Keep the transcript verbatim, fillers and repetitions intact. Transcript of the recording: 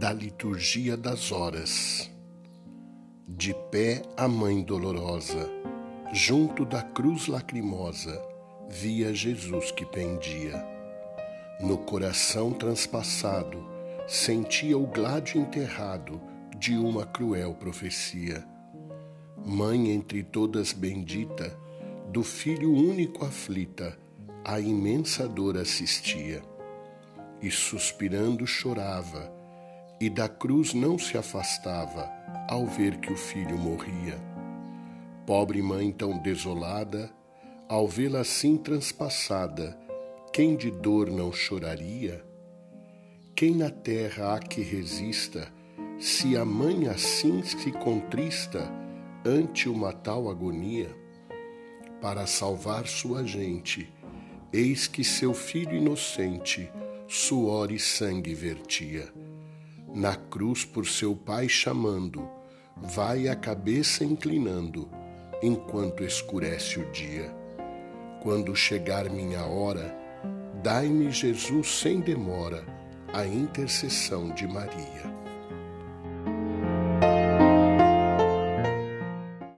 da liturgia das horas. De pé a Mãe dolorosa, junto da cruz lacrimosa, via Jesus que pendia. No coração transpassado, sentia o gládio enterrado de uma cruel profecia. Mãe entre todas bendita, do Filho único aflita, a imensa dor assistia. E suspirando chorava, e da cruz não se afastava, ao ver que o filho morria. Pobre mãe tão desolada, ao vê-la assim transpassada, quem de dor não choraria? Quem na terra há que resista, se a mãe assim se contrista ante uma tal agonia? Para salvar sua gente, eis que seu filho inocente suor e sangue vertia. Na cruz por seu pai chamando, vai a cabeça inclinando, enquanto escurece o dia. Quando chegar minha hora, dai-me, Jesus, sem demora, a intercessão de Maria.